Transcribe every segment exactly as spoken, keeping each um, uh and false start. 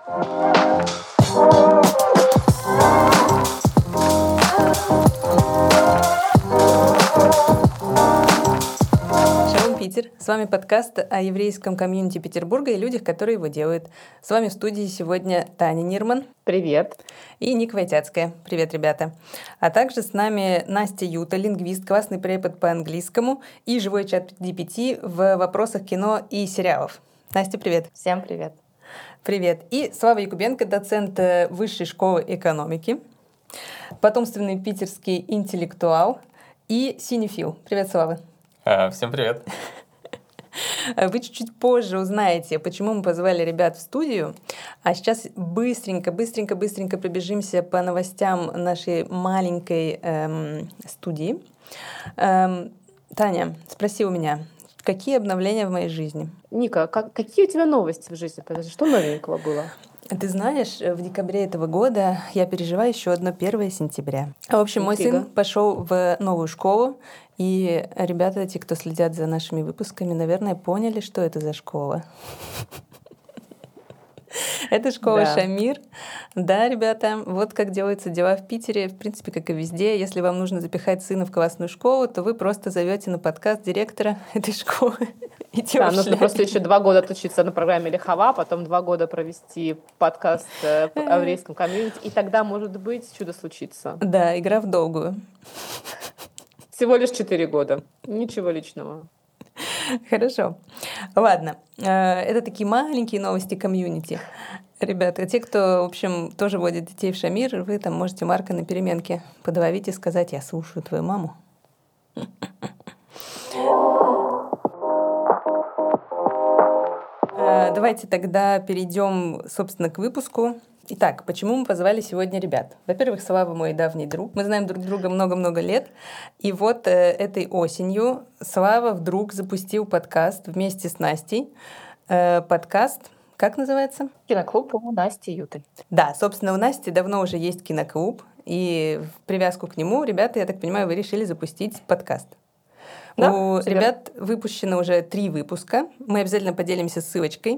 Шалом, Питер! С вами подкаст о еврейском комьюнити Петербурга и людях, которые его делают. С вами в студии сегодня Таня Нирман. Привет. И Ника Войтяцкая. Привет, ребята. А также с нами Настя Юта, лингвист, классный препод по английскому и живой чат джи пи ти в вопросах кино и сериалов. Настя, привет. Всем привет. Привет. И Слава Якубенко, доцент Высшей школы экономики, потомственный питерский интеллектуал и синефил. Привет, Слава. А, всем привет. Вы чуть-чуть позже узнаете, почему мы позвали ребят в студию. А сейчас быстренько, быстренько, быстренько пробежимся по новостям нашей маленькой эм, студии. Эм, Таня, спроси у меня, какие обновления в моей жизни? Ника, как, какие у тебя новости в жизни? Подожди, что новенького было? Ты знаешь, в декабре этого года я переживаю еще одно первое сентября. В общем, Интрига. мой сын пошел в новую школу, и ребята, те, кто следят за нашими выпусками, наверное, поняли, что это за школа. Это школа Да. Шамир. Да, ребята, вот как делаются дела в Питере, в принципе, как и везде. Если вам нужно запихать сына в классную школу, то вы просто зовете на подкаст директора этой школы. И те Да, ушли. нужно просто еще два года отучиться на программе Лихова, потом два года провести подкаст э, о еврейском комьюнити, и тогда, может быть, чудо случится. Да, игра в долгую. Всего лишь четыре года. Ничего личного. Хорошо. Ладно. Э, Это такие маленькие новости комьюнити. Ребята, те, кто, в общем, тоже водит детей в Шамир, вы там можете Марка на переменке подловить и сказать: «Я слушаю твою маму». Э, Давайте тогда перейдем, собственно, к выпуску. Итак, почему мы позвали сегодня ребят? Во-первых, Слава мой давний друг. Мы знаем друг друга много-много лет. И вот э, этой осенью Слава вдруг запустил подкаст вместе с Настей. Э, подкаст, как называется? Киноклуб у Насти Юты. Да, собственно, у Насти давно уже есть киноклуб. И в привязку к нему, ребята, я так понимаю, вы решили запустить подкаст. Да, У всё ребят выпущено уже три выпуска. Мы обязательно поделимся ссылочкой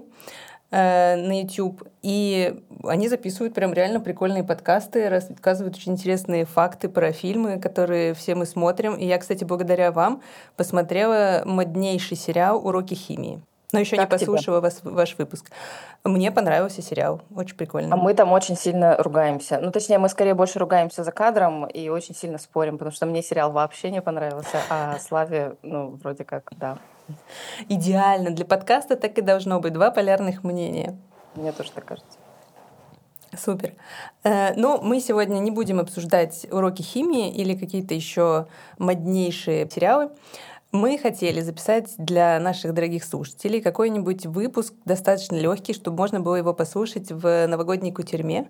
э, на YouTube. И они записывают прям реально прикольные подкасты, рассказывают очень интересные факты про фильмы, которые все мы смотрим. И я, кстати, благодаря вам посмотрела моднейший сериал «Уроки химии». Но еще не Как тебе? послушала вас, ваш выпуск. Мне понравился сериал. Очень прикольно. А мы там очень сильно ругаемся. Ну, точнее, мы скорее больше ругаемся за кадром и очень сильно спорим, потому что мне сериал вообще не понравился, а Славе, ну, вроде как, да. Идеально. Для подкаста так и должно быть. Два полярных мнения. Мне тоже так кажется. Супер. Э, Но мы сегодня не будем обсуждать уроки химии или какие-то еще моднейшие сериалы. Мы хотели записать для наших дорогих слушателей какой-нибудь выпуск достаточно легкий, чтобы можно было его послушать в новогодней кутерьме.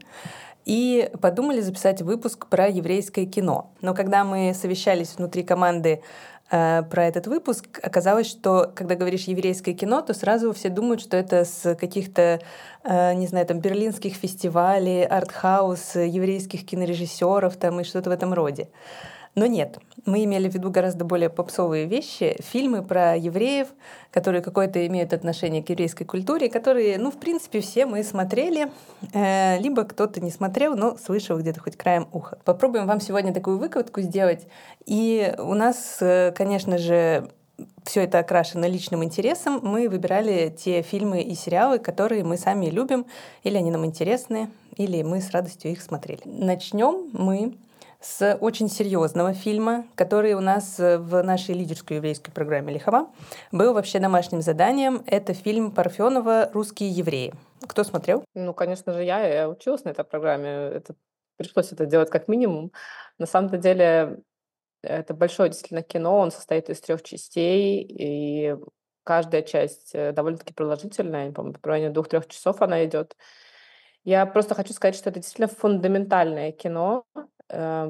И подумали записать выпуск про еврейское кино. Но когда мы совещались внутри команды э, про этот выпуск, оказалось, что когда говоришь еврейское кино, то сразу все думают, что это с каких-то, э, не знаю, там, берлинских фестивалей, артхаус, еврейских кинорежиссеров там, и что-то в этом роде. Но нет, мы имели в виду гораздо более попсовые вещи, фильмы про евреев, которые какое-то имеют отношение к еврейской культуре, которые, ну, в принципе, все мы смотрели, э, либо кто-то не смотрел, но слышал где-то хоть краем уха. Попробуем вам сегодня такую выкладку сделать. И у нас, э, конечно же, все это окрашено личным интересом. Мы выбирали те фильмы и сериалы, которые мы сами любим, или они нам интересны, или мы с радостью их смотрели. Начнем мы с очень серьезного фильма, который у нас в нашей лидерской еврейской программе «Лихова» был вообще домашним заданием. Это фильм Парфенова «Русские евреи». Кто смотрел? Ну, конечно же, я, я училась на этой программе. Это, пришлось это делать как минимум. На самом-то деле, это большое действительно кино. Он состоит из трех частей, и каждая часть э, довольно-таки продолжительная. По-моему, в районе двух-трех часов она идет. Я просто хочу сказать, что это действительно фундаментальное кино. Э,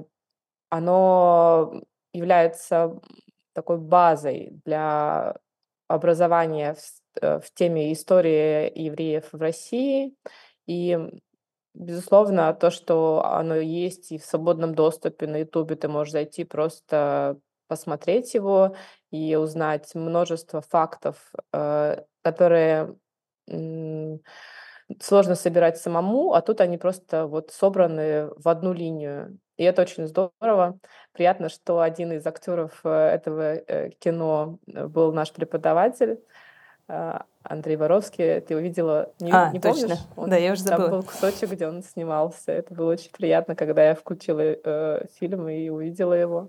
Оно является такой базой для образования в, с- э, в теме истории евреев в России. И, безусловно, то, что оно есть и в свободном доступе на Ютубе, ты можешь зайти просто посмотреть его и узнать множество фактов, э, которые м, сложно собирать самому, а тут они просто вот собраны в одну линию. И это очень здорово. Приятно, что один из актеров э, этого э, кино э, был наш преподаватель, э, Андрей Боровский. Ты его видела, не, А, не точно. помнишь? Он, Да, я уже там забыла. был кусочек, где он снимался. Это было очень приятно, когда я включила э, фильм и увидела его.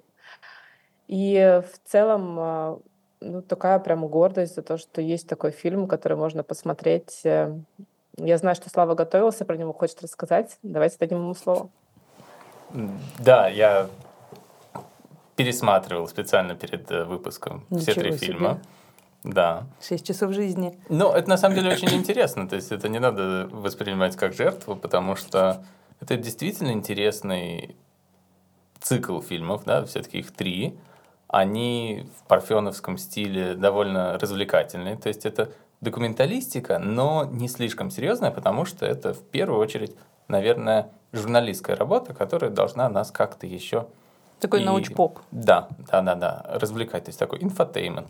И в целом, а, ну, такая прям гордость за то, что есть такой фильм, который можно посмотреть. Э, Я знаю, что Слава готовился, про него хочет рассказать. Давайте дадим ему слово. М, Да, я пересматривал специально перед э, выпуском все Ничего три себе. фильма. Да. Шесть часов жизни. Ну, это на самом деле очень интересно. То есть это не надо воспринимать как жертву, потому что это действительно интересный цикл фильмов, да, все-таки их три. Они в парфеновском стиле довольно развлекательные. То есть это документалистика, но не слишком серьезная, потому что это в первую очередь, наверное, журналистская работа, которая должна нас как-то еще... Такой и- научпоп. Да, да, да, да, развлекать, то есть такой инфотеймент.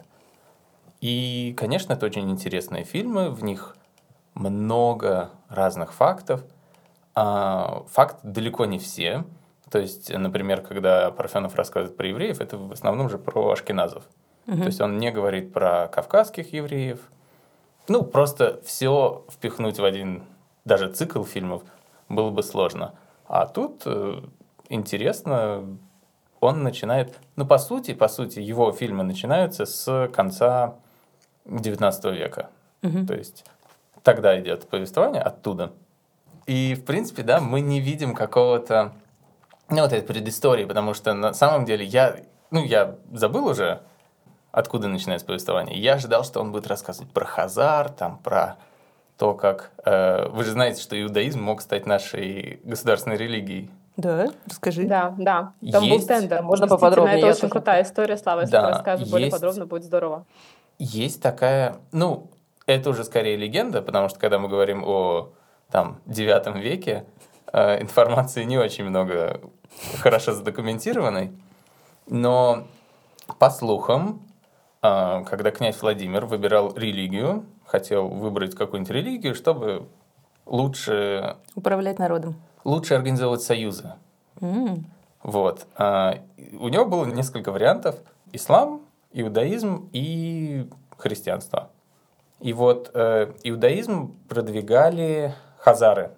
И, конечно, это очень интересные фильмы, в них много разных фактов. А, факт далеко не все. То есть, например, когда Парфенов рассказывает про евреев, это в основном же про ашкеназов. То есть он не говорит про кавказских евреев. Ну, просто все впихнуть в один даже цикл фильмов было бы сложно. А тут э, интересно, он начинает... Ну, по сути, по сути, его фильмы начинаются с конца девятнадцатого века. То есть тогда идет повествование оттуда. И, в принципе, да, мы не видим какого-то... Ну, вот этой предыстории, потому что на самом деле я... Ну, я забыл уже, откуда начинается повествование. Я ожидал, что он будет рассказывать про Хазар, там, про то, как... э, вы же знаете, что иудаизм мог стать нашей государственной религией. Да, расскажи. Да, да. Там был Есть- тендер. Можно Действительно, поподробнее? это Я очень тоже- крутая история, Слава. Если Да, ты расскажешь более есть. подробно, будет здорово. Есть такая, ну, это уже скорее легенда, потому что когда мы говорим о там девятом веке, э, информации не очень много хорошо задокументированной, но по слухам, э, когда князь Владимир выбирал религию, хотел выбрать какую-нибудь религию, чтобы лучше, Управлять народом. лучше организовывать союзы. М. Вот. А, У него было несколько вариантов: ислам, иудаизм и христианство. И вот э, иудаизм продвигали хазары.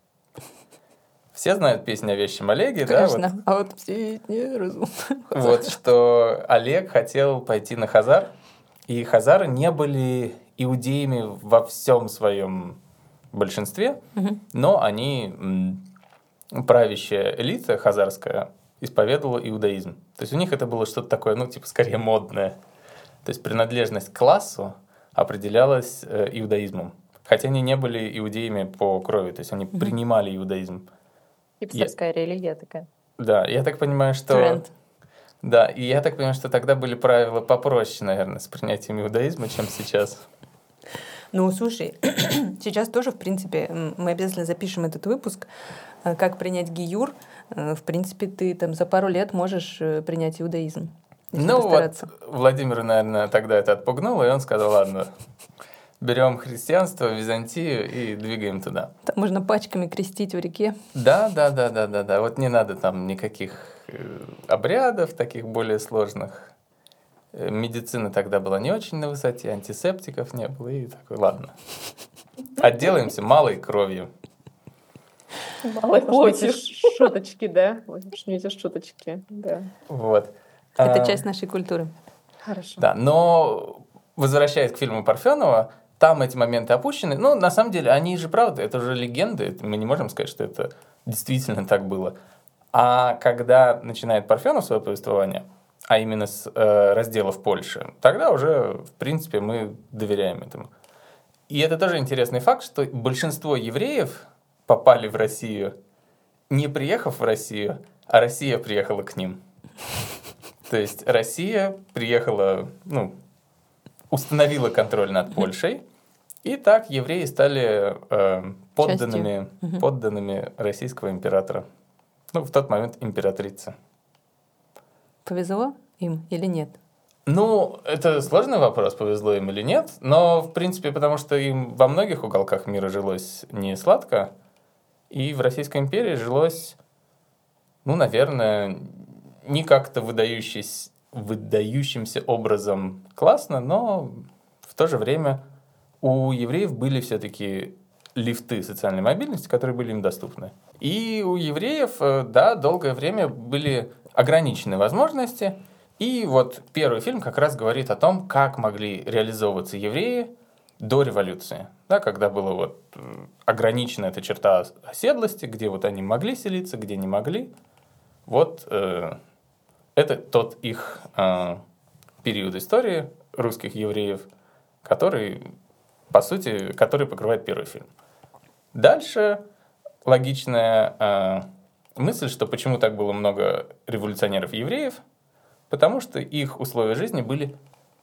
Все знают песню о вещем Олеге, да? Вот, Конечно. А вот все не разум. вот что Олег хотел пойти на хазар, и хазары не были иудеями во всем своем большинстве, но они, м, правящая элита хазарская, исповедовала иудаизм. То есть у них это было что-то такое, ну, типа, скорее модное. То есть принадлежность к классу определялась э, иудаизмом. Хотя они не были иудеями по крови, то есть они принимали иудаизм. Хипстерская религия такая. Да, я так понимаю, что... Тренд. Да, и я так понимаю, что тогда были правила попроще, наверное, с принятием иудаизма, чем сейчас. Ну, слушай, сейчас тоже, в принципе, м, мы обязательно запишем этот выпуск, э, как принять гиюр. Э, В принципе, ты там за пару лет можешь э, принять иудаизм, если Ну постараться. вот, Владимир, наверное, тогда это отпугнуло, и он сказал: ладно, берем христианство, Византию и двигаем туда. Там можно пачками крестить в реке. Да, да, да, да, да, да. Вот не надо там никаких э, обрядов таких более сложных. Э, Медицина тогда была не очень на высоте, антисептиков не было, и такой, ладно. Отделаемся малой кровью. Малой Ой, эти плотью. ш- шуточки, да? Ой, уж не эти шуточки, да. Вот. Это А, часть нашей культуры. Хорошо. Да, но возвращаясь к фильму Парфенова, там эти моменты опущены. Ну, на самом деле, они же правда, это уже легенды. это- Мы не можем сказать, что это действительно так было. А когда начинает Парфенов свое повествование, а именно с э, разделов Польши, тогда уже, в принципе, мы доверяем этому. И это тоже интересный факт, что большинство евреев попали в Россию, не приехав в Россию, а Россия приехала к ним. То есть Россия приехала, ну, установила контроль над Польшей, и так евреи стали э, подданными, Мгм. подданными российского императора. Ну, в тот момент императрицы. Повезло им или нет? Ну, это сложный вопрос, повезло им или нет, но, в принципе, потому что им во многих уголках мира жилось не сладко, и в Российской империи жилось, ну, наверное, не как-то выдающийся, выдающимся образом классно, но в то же время у евреев были все-таки лифты социальной мобильности, которые были им доступны. И у евреев, да, долгое время были ограничены возможности. И вот первый фильм как раз говорит о том, как могли реализовываться евреи до революции, да, когда была вот ограничена эта черта оседлости, где вот они могли селиться, где не могли. Вот э, это тот их э, период истории русских евреев, который, по сути, который покрывает первый фильм. Дальше логичная э, мысль, что почему так было много революционеров-евреев, потому что их условия жизни были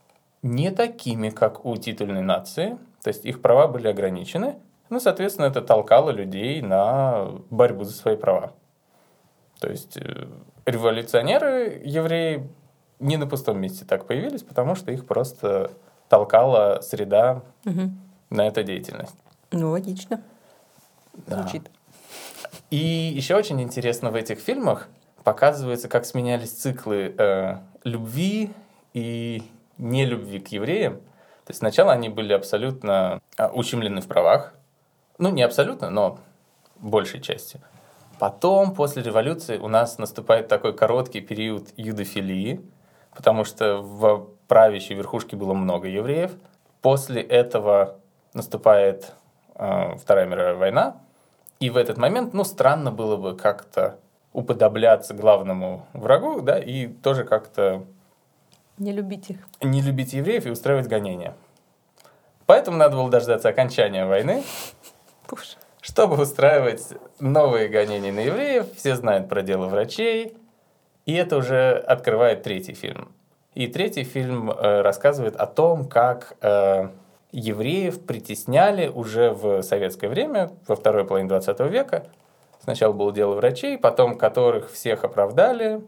не такими, как у титульной нации, то есть их права были ограничены, ну, соответственно, это толкало людей на борьбу за свои права. То есть э, революционеры, евреи, не на пустом месте так появились, потому что их просто толкала среда Угу. на эту деятельность. Ну, логично. Да. Звучит. И еще очень интересно в этих фильмах показывается, как сменялись циклы э, любви и нелюбви к евреям. То есть сначала они были абсолютно э, ущемлены в правах. Ну, не абсолютно, но большей частью. Потом, после революции, у нас наступает такой короткий период юдофилии, потому что в правящей верхушке было много евреев. После этого наступает э, Вторая мировая война, и в этот момент, ну, странно было бы как-то уподобляться главному врагу, да, и тоже как-то Не любить их. не любить евреев и устраивать гонения. Поэтому надо было дождаться окончания войны, Боже. чтобы устраивать новые гонения на евреев. Все знают про дело врачей, и это уже открывает третий фильм. И третий фильм э, рассказывает о том, как э, евреев притесняли уже в советское время, во второй половине двадцатого века. Сначала было дело врачей, потом которых всех оправдали,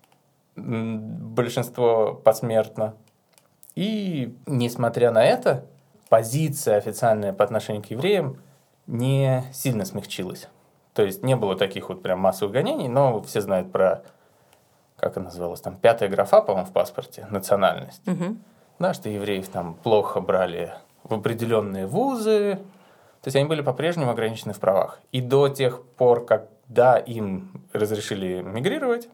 м, большинство посмертно. И, несмотря на это, позиция официальная по отношению к евреям не сильно смягчилась. То есть не было таких вот прям массовых гонений, но все знают про, как она называлась, там пятая графа, по-моему, в паспорте, национальность. Угу. Да, что евреев там плохо брали в определенные вузы. То есть они были по-прежнему ограничены в правах. И до тех пор, когда им разрешили мигрировать,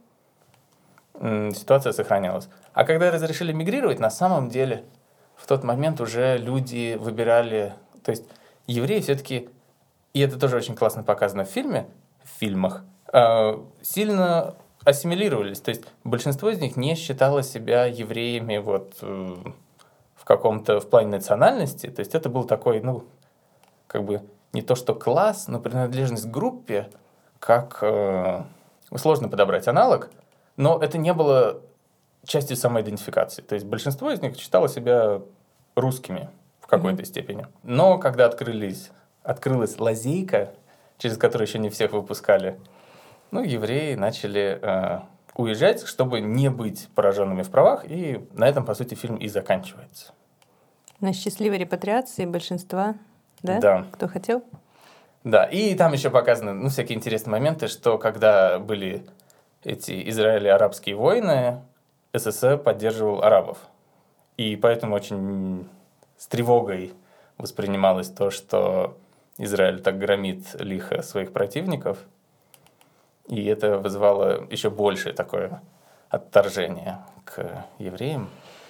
м, ситуация сохранялась. А когда разрешили мигрировать, на самом деле в тот момент уже люди выбирали... То есть евреи все-таки, и это тоже очень классно показано в фильме, в фильмах, э, сильно ассимилировались. То есть большинство из них не считало себя евреями вот, э, в каком-то, в плане национальности. То есть это был такой, ну, как бы не то что класс, но принадлежность к группе, как э, сложно подобрать аналог, но это не было частью самоидентификации. То есть большинство из них считало себя русскими в какой-то mm-hmm. степени. Но когда открылись, открылась лазейка, через которую еще не всех выпускали, ну, евреи начали э, уезжать, чтобы не быть пораженными в правах, и на этом, по сути, фильм и заканчивается. На счастливой репатриации большинства, да? Да. Кто хотел? Да, и там еще показаны, ну, всякие интересные моменты, что когда были эти израило-арабские войны, СССР поддерживал арабов. И поэтому очень с тревогой воспринималось то, что Израиль так громит лихо своих противников. И это вызывало еще большее такое отторжение к евреям.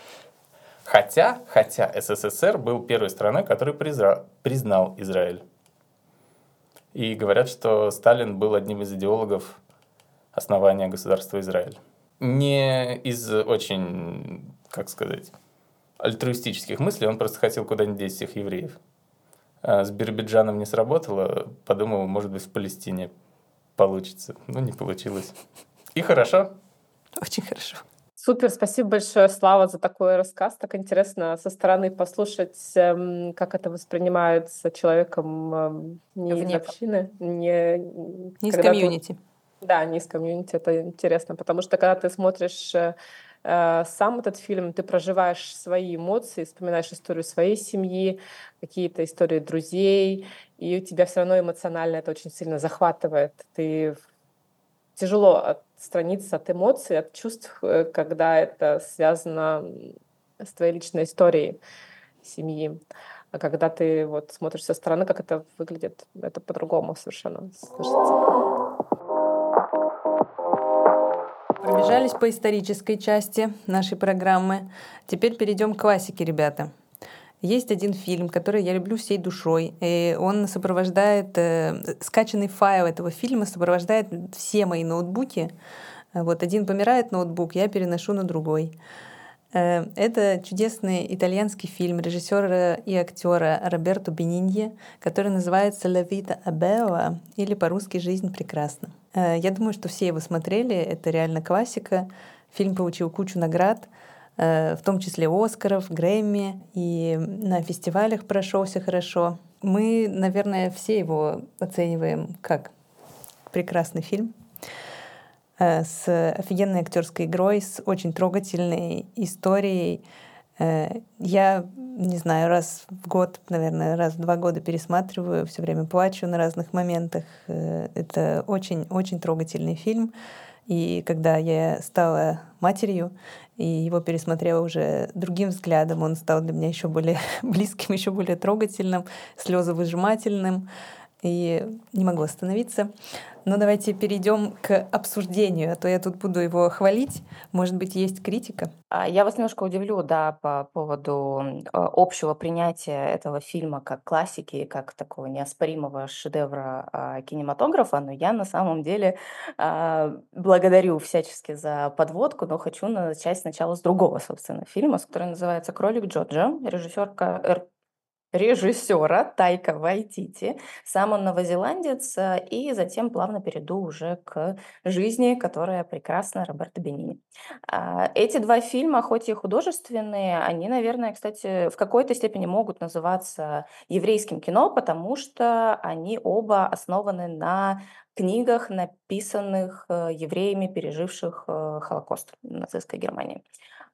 Хотя, хотя СССР был первой страной, которая призра... признал Израиль. И говорят, что Сталин был одним из идеологов основания государства Израиль. Не из очень, как сказать, альтруистических мыслей, он просто хотел куда-нибудь деть всех евреев. А с Биробиджаном не сработало, подумал, может быть, в Палестине получится. Но не получилось. И хорошо. Очень хорошо. Супер, спасибо большое, Слава, за такой рассказ. Так интересно со стороны послушать, как это воспринимается человеком не из общины, не, не из комьюнити. Ты... Да, не из комьюнити, это интересно, потому что когда ты смотришь э, сам этот фильм, ты проживаешь свои эмоции, вспоминаешь историю своей семьи, какие-то истории друзей, и тебя все равно эмоционально это очень сильно захватывает. Ты тяжело отстраниться от эмоций, от чувств, э, когда это связано м, с твоей личной историей семьи. А когда ты вот смотришь со стороны, как это выглядит, это по-другому совершенно слышится. Пробежались по исторической части нашей программы. Теперь перейдем к классике, ребята. Есть один фильм, который я люблю всей душой, и он сопровождает, э, скачанный файл этого фильма сопровождает все мои ноутбуки. Вот один помирает ноутбук, я переношу на другой. Э, это чудесный итальянский фильм режиссера и актера Роберто Бениньи, который называется «La vita è bella» или по-русски «Жизнь прекрасна». Э, я думаю, что все его смотрели, это реально классика. Фильм получил кучу наград, в том числе Оскаров, Грэмми, и на фестивалях прошелся хорошо. Мы, наверное, все его оцениваем как прекрасный фильм с офигенной актерской игрой, с очень трогательной историей. Я, не знаю, раз в год, наверное, раз в два года пересматриваю, все время плачу на разных моментах. Это очень-очень трогательный фильм. И когда я стала матерью и его пересмотрела уже другим взглядом, он стал для меня еще более близким, еще более трогательным, слезовыжимательным. И не могу остановиться. Но давайте перейдем к обсуждению, а то я тут буду его хвалить. Может быть, есть критика? Я вас немножко удивлю, да, по поводу общего принятия этого фильма как классики, как такого неоспоримого шедевра кинематографа, но я на самом деле благодарю всячески за подводку, но хочу начать сначала с другого, собственно, фильма, который называется «Кролик Джоджо», режиссерка режиссера Тайка Вайтити. Сам он новозеландец, и затем плавно перейду уже к жизни, которая прекрасна, Роберто Бенини. Эти два фильма, хоть и художественные, они, наверное, кстати, в какой-то степени могут называться еврейским кино, потому что они оба основаны на книгах, написанных евреями, переживших Холокост в нацистской Германии.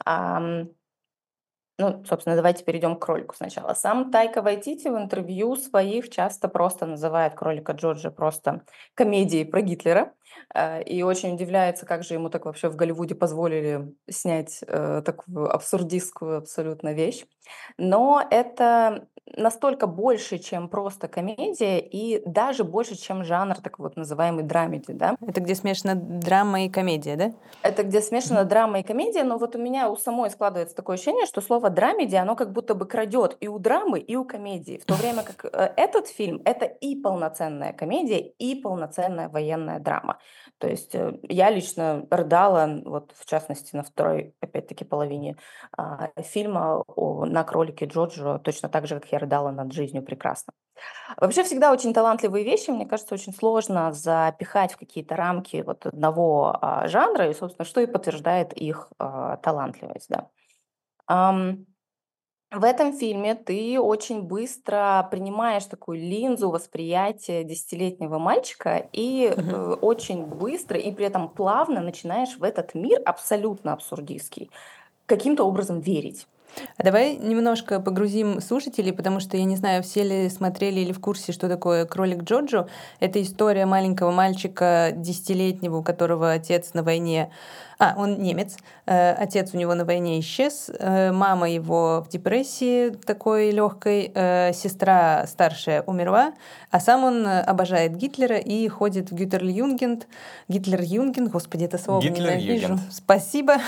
Ну, собственно, давайте перейдем к кролику сначала. Сам Тайка Вайтити в интервью своих часто просто называет «Кролика Джорджа» просто комедией про Гитлера. И очень удивляется, как же ему так вообще в Голливуде позволили снять э, такую абсурдистскую абсолютно вещь. Но это настолько больше, чем просто комедия, и даже больше, чем жанр так вот называемый драмеди, да? Это где смешана драма и комедия, да? Это где смешана драма и комедия, но вот у меня у самой складывается такое ощущение, что слово драмеди, оно как будто бы крадет и у драмы, и у комедии, в то время как э, этот фильм — это и полноценная комедия, и полноценная военная драма. То есть э, я лично рыдала, вот в частности, на второй, опять-таки, половине а, фильма о- на кролике Джоджо, точно так же, как я рыдала над «Жизнью прекрасно». Вообще всегда очень талантливые вещи, мне кажется, очень сложно запихать в какие-то рамки вот одного а, жанра, и, собственно, что и подтверждает их а, талантливость, да. Ам, в этом фильме ты очень быстро принимаешь такую линзу восприятия десятилетнего мальчика и Мгм. э, очень быстро и при этом плавно начинаешь в этот мир абсолютно абсурдистский каким-то образом верить. А давай немножко погрузим слушателей, потому что я не знаю, все ли смотрели или в курсе, что такое «Кролик Джоджо». Это история маленького мальчика десятилетнего, у которого отец на войне... А, он немец. Э, Отец у него на войне исчез. э, Мама его в депрессии такой легкой. э, Сестра старшая умерла. А сам он э, обожает Гитлера и ходит в Гютерльюнгенд. Гитлер-Юнген, господи, это слово ненавижу. Гитлер-Югенд. Спасибо.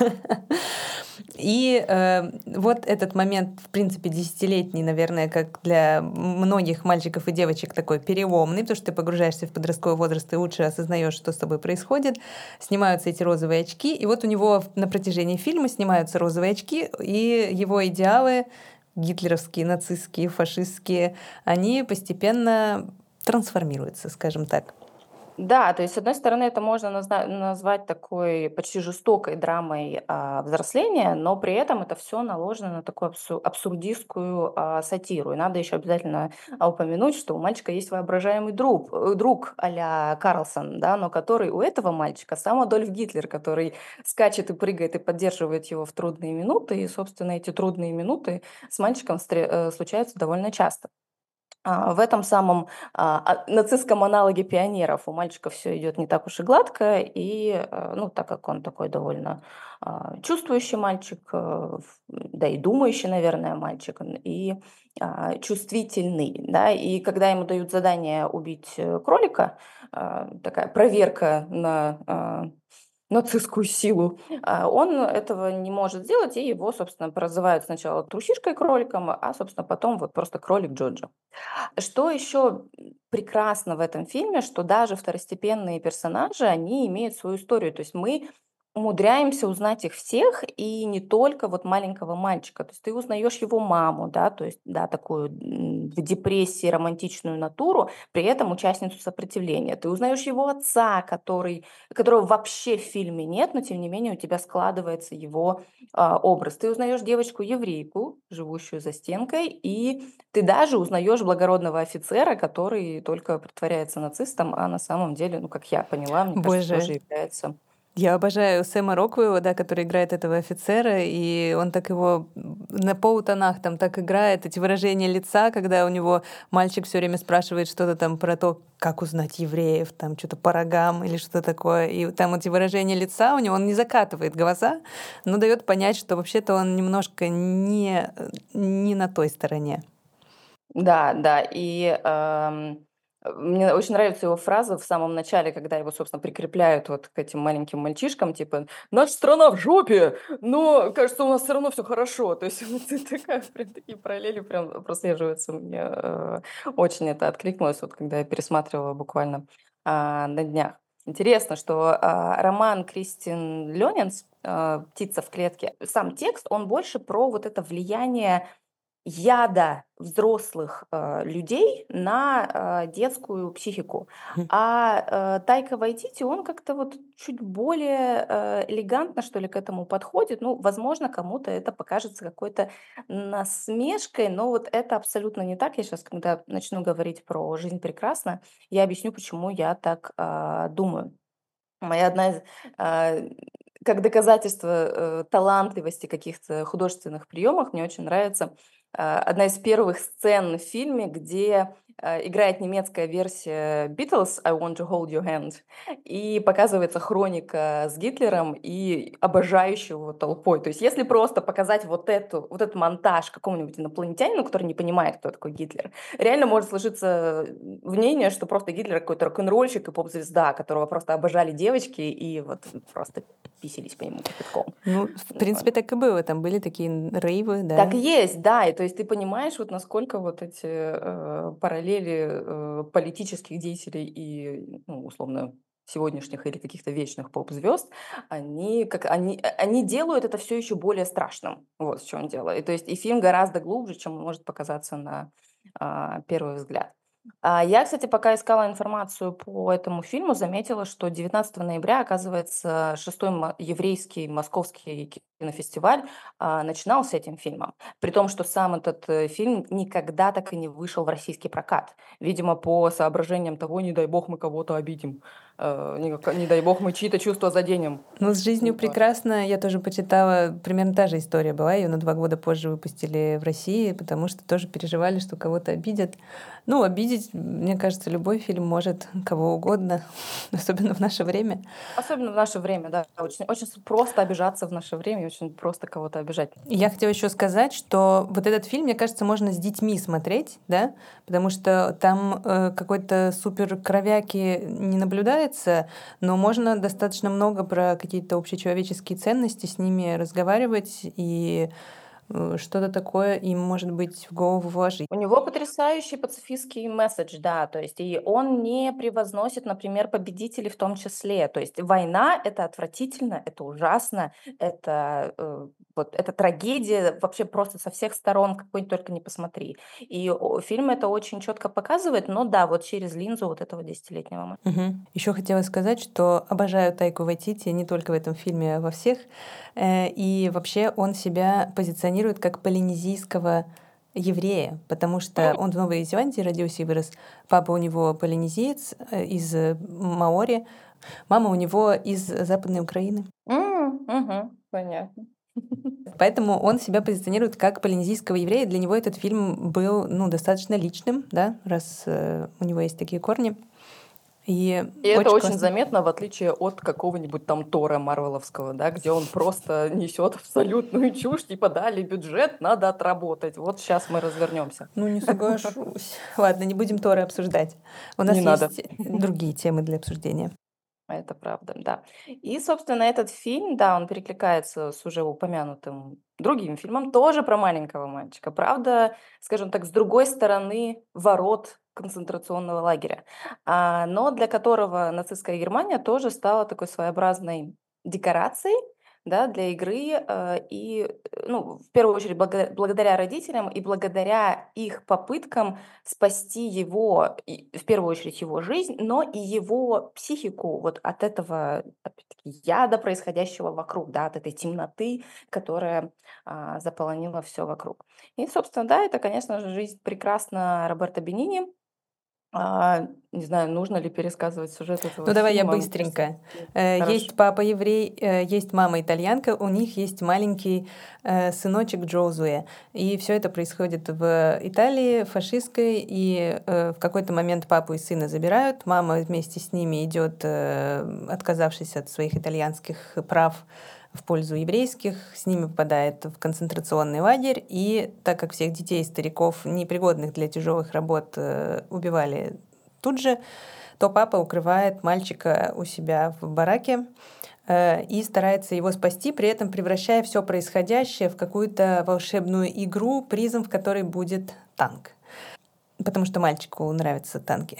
И э, вот этот момент, в принципе, десятилетний, наверное, как для многих мальчиков и девочек такой переломный, потому что ты погружаешься в подростковый возраст и лучше осознаешь, что с тобой происходит. Снимаются эти розовые очки, и вот у него на протяжении фильма снимаются розовые очки, и его идеалы гитлеровские, нацистские, фашистские, они постепенно трансформируются, скажем так. Да, то есть, с одной стороны, это можно назна- назвать такой почти жестокой драмой а, взросления, но при этом это все наложено на такую абсу- абсурдистскую а, сатиру. И надо еще обязательно а, упомянуть, что у мальчика есть воображаемый друг, э, друг а-ля Карлсон, да, но который у этого мальчика сам Адольф Гитлер, который скачет и прыгает и поддерживает его в трудные минуты. И, собственно, эти трудные минуты с мальчиком встре- э, случаются довольно часто. А, В этом самом а, а, нацистском аналоге пионеров у мальчика все идет не так уж и гладко, и, э, ну, так как он такой довольно а, чувствующий мальчик, э, в- да и думающий, наверное, мальчик, н- и а, чувствительный, да, и когда ему дают задание убить э, кролика, а, такая проверка на а, нацистскую силу, а, он этого не может сделать, и его, собственно, прозывают сначала трусишкой кроликом, а, собственно, потом вот просто кролик Джоджо. Что еще прекрасно в этом фильме, что даже второстепенные персонажи, они имеют свою историю. То есть мы умудряемся узнать их всех, и не только вот маленького мальчика. То есть ты узнаешь его маму, да, то есть, да, такую м, в депрессии романтичную натуру, при этом участницу сопротивления. Ты узнаешь его отца, который, которого вообще в фильме нет, но тем не менее у тебя складывается его а, образ. Ты узнаешь девочку-еврейку, живущую за стенкой, и ты даже узнаешь благородного офицера, который только притворяется нацистом, а на самом деле, ну, как я поняла, мне кажется, Боже, тоже является. я обожаю Сэма Роквелла, да, который играет этого офицера, и он так его на полутонах там так играет, эти выражения лица, когда у него мальчик все время спрашивает что-то там про то, как узнать евреев, там что-то по рогам или что такое, и там эти выражения лица у него, он не закатывает глаза, но дает понять, что вообще-то он немножко не, не на той стороне. Да, да, и ам, мне очень нравится его фраза в самом начале, когда его, собственно, прикрепляют вот к этим маленьким мальчишкам, типа «Наша страна в жопе, но, кажется, у нас все равно все хорошо». То есть вот и такая, прям такие параллели прям прослеживаются. Мне э, очень это откликнулось, вот когда я пересматривала буквально а, на днях. Интересно, что а, роман Кристин Ленинс а, «Птица в клетке», сам текст, он больше про вот это влияние яда взрослых, э, людей на, э, детскую психику. А, э, Тайка Вайтити, он как-то вот чуть более, э, элегантно, что ли, к этому подходит. Ну, возможно, кому-то это покажется какой-то насмешкой, но вот это абсолютно не так. Я сейчас, когда начну говорить про «Жизнь прекрасна», я объясню, почему я так, а, думаю. Моя одна из, а, как доказательство, э, талантливости каких-то художественных приемов, мне очень нравится, а, одна из первых сцен в фильме, где, а, играет немецкая версия Beatles "I want to hold your hand", и показывается хроника с Гитлером и обожающей его толпой. То есть если просто показать вот эту вот этот монтаж какому-нибудь инопланетянину, который не понимает, кто такой Гитлер, реально может сложиться мнение, что просто Гитлер какой-то рок-н-ролльщик и поп-звезда, которого просто обожали девочки и вот просто писались по нему кипятком. Ну, в Вот. принципе, так и было. Там были такие рейвы, Так да. и есть, да. И то есть ты понимаешь, вот насколько вот эти э, параллели э, политических деятелей и, ну, условно, сегодняшних или каких-то вечных поп-звезд, они, как, они, э, они делают это все еще более страшным. Вот в чем дело. И то есть и фильм гораздо глубже, чем он может показаться на а, первый взгляд. А, Я, кстати, пока искала информацию по этому фильму, заметила, что девятнадцатого ноября, оказывается, шестой мо- еврейский московский кинофестиваль а, начинался этим фильмом. При том, что сам этот э, фильм никогда так и не вышел в российский прокат. Видимо, по соображениям того, не дай бог мы кого-то обидим, э, не, ка- не дай бог мы чьи-то чувства заденем. Ну, с «Жизнью Вот. прекрасно» я тоже почитала, примерно та же история была. Ее на два года позже выпустили в России, потому что тоже переживали, что кого-то обидят. Ну, обидеть, мне кажется, любой фильм может кого угодно, особенно в наше время. Особенно в наше время, да. Очень, очень с- просто обижаться в наше время, очень просто кого-то обижать. И я хотела еще сказать, что вот этот фильм, мне кажется, можно с детьми смотреть, да, потому что там э, какой-то супер кровяки не наблюдается, но можно достаточно много про какие-то общечеловеческие ценности с ними разговаривать и э, что-то такое им, может быть, в голову вложить. У него потрясающий пацифистский месседж, да, то есть и он не превозносит, например, победителей в том числе. То есть война — это отвратительно, это ужасно, это, э, вот, это трагедия вообще просто со всех сторон, какой только не посмотри. И о, фильм это очень четко показывает, но да, вот через линзу вот этого десятилетнего. Мгм. Еще хотела сказать, что обожаю Тайку Вайтити не только в этом фильме, а во всех. Э, И вообще он себя позиционирует как полинезийского еврея, потому что он в Новой Зеландии родился и вырос. Папа у него полинезиец э, из э, Маори, мама у него из Западной Украины. М, мгм, понятно. Поэтому он себя позиционирует как полинезийского еврея. Для него этот фильм был ну, достаточно личным, да, раз э, у него есть такие корни. И, И это очень классно. заметно, в отличие от какого-нибудь там Тора Марвеловского, да, где он просто несет абсолютную чушь, типа дали бюджет, надо отработать. Вот сейчас мы развернемся. Ну, не соглашусь. Ладно, не будем Торы обсуждать. У нас Не надо. есть другие темы для обсуждения. Это правда, да. И, собственно, этот фильм, да, он перекликается с уже упомянутым другим фильмом, тоже про маленького мальчика. Правда, скажем так, с другой стороны ворот концентрационного лагеря, а, но для которого нацистская Германия тоже стала такой своеобразной декорацией, да, для игры, э, и, э, ну, в первую очередь, благо- благодаря родителям и благодаря их попыткам спасти его, и в первую очередь его жизнь, но и его психику вот от этого, опять-таки, яда, происходящего вокруг, да, от этой темноты, которая а, заполонила все вокруг. И, собственно, да, это, конечно же, жизнь прекрасна Роберто Бенини. А, не знаю, нужно ли пересказывать сюжет этого Ну, давай я фильма. Мне кажется, быстренько. Э, хорошо. Есть папа еврей, э, есть мама итальянка, у них есть маленький э, сыночек Джозуэ. И все это происходит в Италии фашистской, и э, в какой-то момент папу и сына забирают, мама вместе с ними идет, э, отказавшись от своих итальянских прав в пользу еврейских, с ними попадает в концентрационный лагерь, и так как всех детей и стариков, непригодных для тяжелых работ, э, убивали тут же, то папа укрывает мальчика у себя в бараке э, и старается его спасти, при этом превращая все происходящее в какую-то волшебную игру, призом в которой будет танк. Потому что мальчику нравятся танки.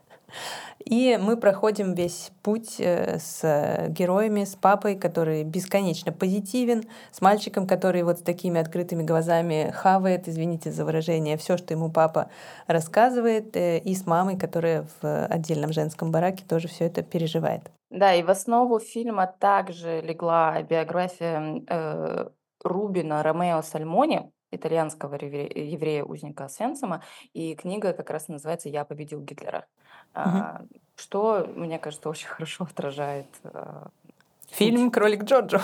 И мы проходим весь путь э, с героями, с папой, который бесконечно позитивен, с мальчиком, который вот с такими открытыми глазами хавает, извините за выражение, все, что ему папа рассказывает, э, и с мамой, которая в отдельном женском бараке тоже все это переживает. Да, и в основу фильма также легла биография э, Рубина Ромео Сальмони, итальянского реве- еврея-узника Освенцима, и книга как раз называется «Я победил Гитлера», Мгм. а, что, мне кажется, очень хорошо отражает а, Фильм суть. «Кролик Джорджо».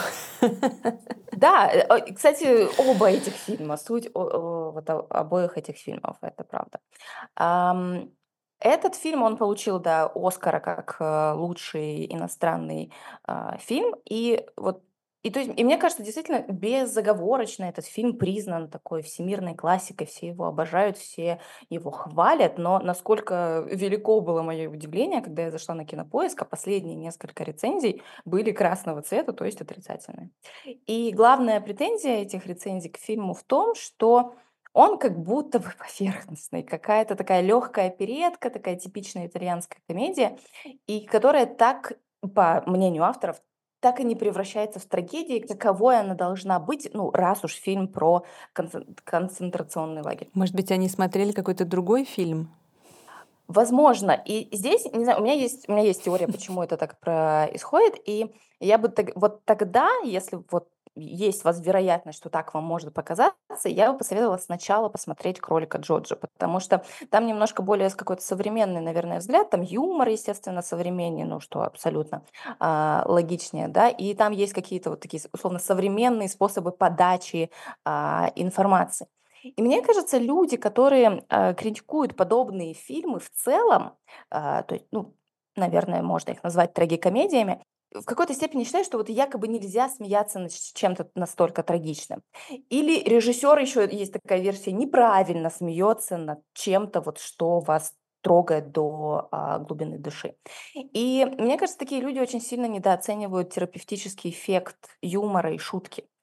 Да, э, о, и, кстати, оба этих фильма, суть о- о- вот о- обоих этих фильмов, это правда. Ам, Этот фильм, он получил, да, Оскара как э, лучший иностранный а, фильм. И вот, и, то есть, и мне кажется, действительно, безоговорочно этот фильм признан такой всемирной классикой. Все его обожают, все его хвалят. Но насколько велико было мое удивление, когда я зашла на Кинопоиск, а последние несколько рецензий были красного цвета, то есть отрицательные. И главная претензия этих рецензий к фильму в том, что он как будто бы поверхностный, какая-то такая легкая оперетка, такая типичная итальянская комедия, и которая так, по мнению авторов, так и не превращается в трагедию, каковой она должна быть, ну, раз уж фильм про концен- концентрационный лагерь. Может быть, они смотрели какой-то другой фильм? Возможно. И здесь, не знаю, у меня есть, у меня есть теория, почему это так происходит. И я бы так- вот тогда, если вот есть воз- вероятность, что так вам может показаться, я бы посоветовала сначала посмотреть «Кролика Джорджа», потому что там немножко более с какой-то современный, наверное, взгляд, там юмор, естественно, современнее, ну, что абсолютно а, логичнее, да, и там есть какие-то вот такие, условно, современные способы подачи а, информации. И мне кажется, люди, которые а, критикуют подобные фильмы в целом, а, то есть, ну, наверное, можно их назвать трагикомедиями, в какой-то степени считают, что вот якобы нельзя смеяться над ч- чем-то настолько трагичным. Или режиссер, еще есть такая версия, неправильно смеется над чем-то, вот, что вас трогает до а, глубины души. И мне кажется, такие люди очень сильно недооценивают терапевтический эффект юмора и шутки.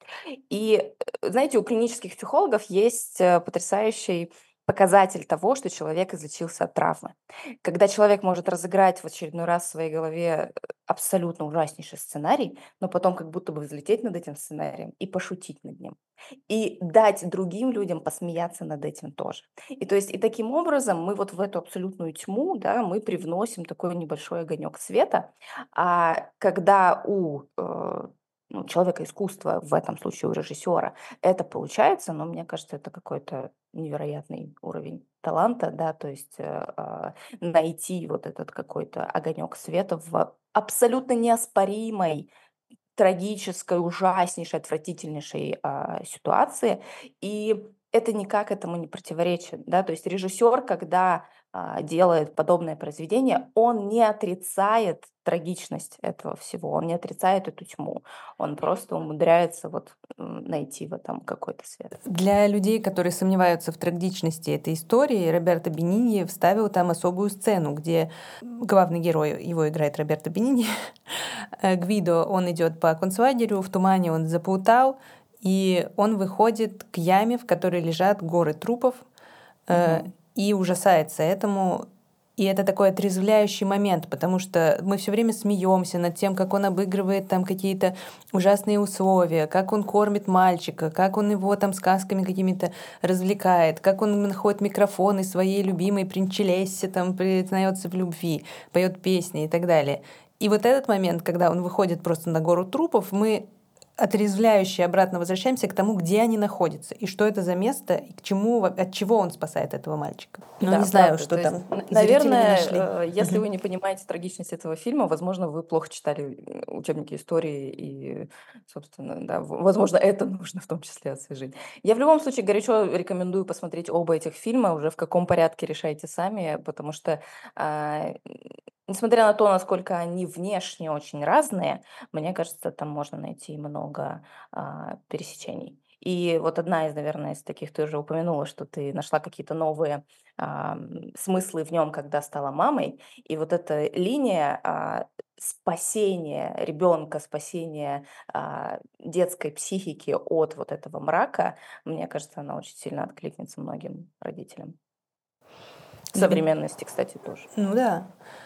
И, э, знаете, у клинических психологов есть э, потрясающий показатель того, что человек излечился от травмы. Когда человек может разыграть в очередной раз в своей голове э, абсолютно ужаснейший сценарий, но потом как будто бы взлететь над этим сценарием и пошутить над ним. И дать другим людям посмеяться над этим тоже. И то есть, и таким образом мы вот в эту абсолютную тьму, да, мы привносим такой небольшой огонек света. А когда у э, ну, человека искусства, в этом случае у режиссера, это получается, но мне кажется, это какой-то невероятный уровень таланта, да, то есть э, а, найти вот этот какой-то огонек света в абсолютно неоспоримой, трагической, ужаснейшей, отвратительнейшей а, ситуации. И это никак этому не противоречит, да, то есть режиссер, когда а, делает подобное произведение, он не отрицает трагичность этого всего, он не отрицает эту тьму, он просто умудряется вот м, найти в этом какой-то свет. Для людей, которые сомневаются в трагичности этой истории, Роберто Бениньи вставил там особую сцену, где главный герой, его играет Роберто Бениньи, Гвидо, он идет по концлагерю, в тумане он заплутал, и он выходит к яме, в которой лежат горы трупов, э, и ужасается этому. И это такой отрезвляющий момент, потому что мы все время смеемся над тем, как он обыгрывает там какие-то ужасные условия, как он кормит мальчика, как он его там сказками какими-то развлекает, как он находит микрофоны своей любимой Принчелессе, там признается в любви, поет песни и так далее. И вот этот момент, когда он выходит просто на гору трупов, мы отрезвляюще обратно возвращаемся к тому, где они находятся, и что это за место, и к чему, от чего он спасает этого мальчика. Ну, Да, не знаю, правда. что То там. есть, н- зрители не наверное, нашли. э, если Мгм. вы не понимаете трагичность этого фильма, возможно, вы плохо читали э, учебники истории, и, собственно, да, в- возможно, это нужно в том числе освежить. Я в любом случае горячо рекомендую посмотреть оба этих фильма, уже в каком порядке решайте сами, потому что, а, несмотря на то, насколько они внешне очень разные, мне кажется, там можно найти много а, пересечений. И вот одна из, наверное, из таких, ты уже упомянула, что ты нашла какие-то новые ам, смыслы в нем, когда стала мамой. И вот эта линия а, спасения ребенка, спасения а, детской психики от вот этого мрака, мне кажется, она очень сильно откликнется многим родителям. В Для меня- современности, кстати, тоже. Ну да.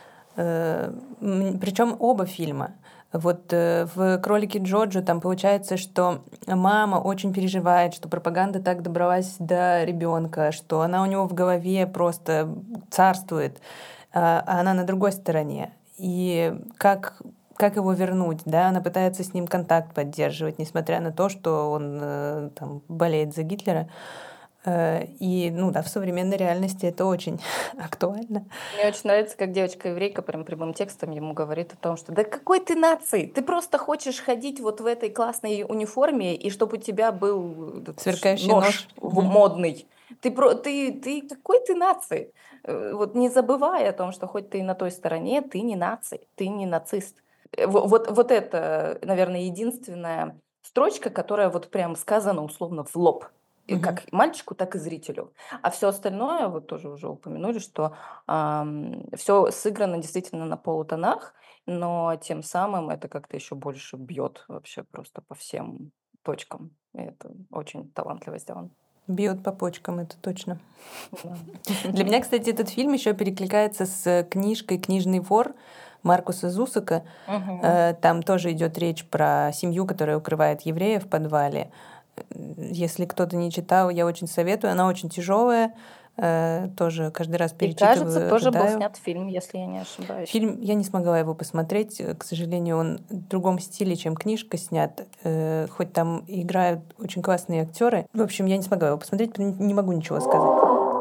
Причем оба фильма. Вот э, в «Кролике Джоджо» там получается, что мама очень переживает, что пропаганда так добралась до ребенка, что она у него в голове просто царствует, а а она на другой стороне. И как, как его вернуть, да? Она пытается с ним контакт поддерживать, несмотря на то, что он э, там болеет за Гитлера. Э, И, ну да, в современной реальности это очень актуально. Мне очень нравится, как девочка-еврейка прям прямым текстом ему говорит о том, что да какой ты нации? Ты просто хочешь ходить вот в этой классной униформе, и чтобы у тебя был этот ш- Сверкающий нож нож. в- Мгм. модный. Ты, про, ты, ты какой ты нации? Э, Вот не забывай о том, что хоть ты и на той стороне, ты не наций, ты не нацист. Э, во- Вот, вот это, наверное, единственная строчка, которая вот прям сказана условно в лоб. И Мгм. как мальчику, так и зрителю. А все остальное, вот тоже уже упомянули, что все сыграно действительно на полутонах, но тем самым это как-то еще больше бьет вообще просто по всем точкам. И это очень талантливо сделано. Бьет по почкам, это точно. Да. Для меня, кстати, этот фильм еще перекликается с книжкой «Книжный вор» Маркуса Зусака. Мгм. Э, Там тоже идет речь про семью, которая укрывает евреев в подвале. Э, Если кто-то не читал, я очень советую. Она очень тяжелая. Э, Тоже каждый раз И кажется, перечитываю, тоже был рыдаю. снят фильм, если я не ошибаюсь. Фильм, я не смогла его посмотреть, э, к сожалению, он в другом стиле, чем книжка снят, э, хоть там играют очень классные актеры. В общем, я не смогла его посмотреть, потому не могу ничего сказать.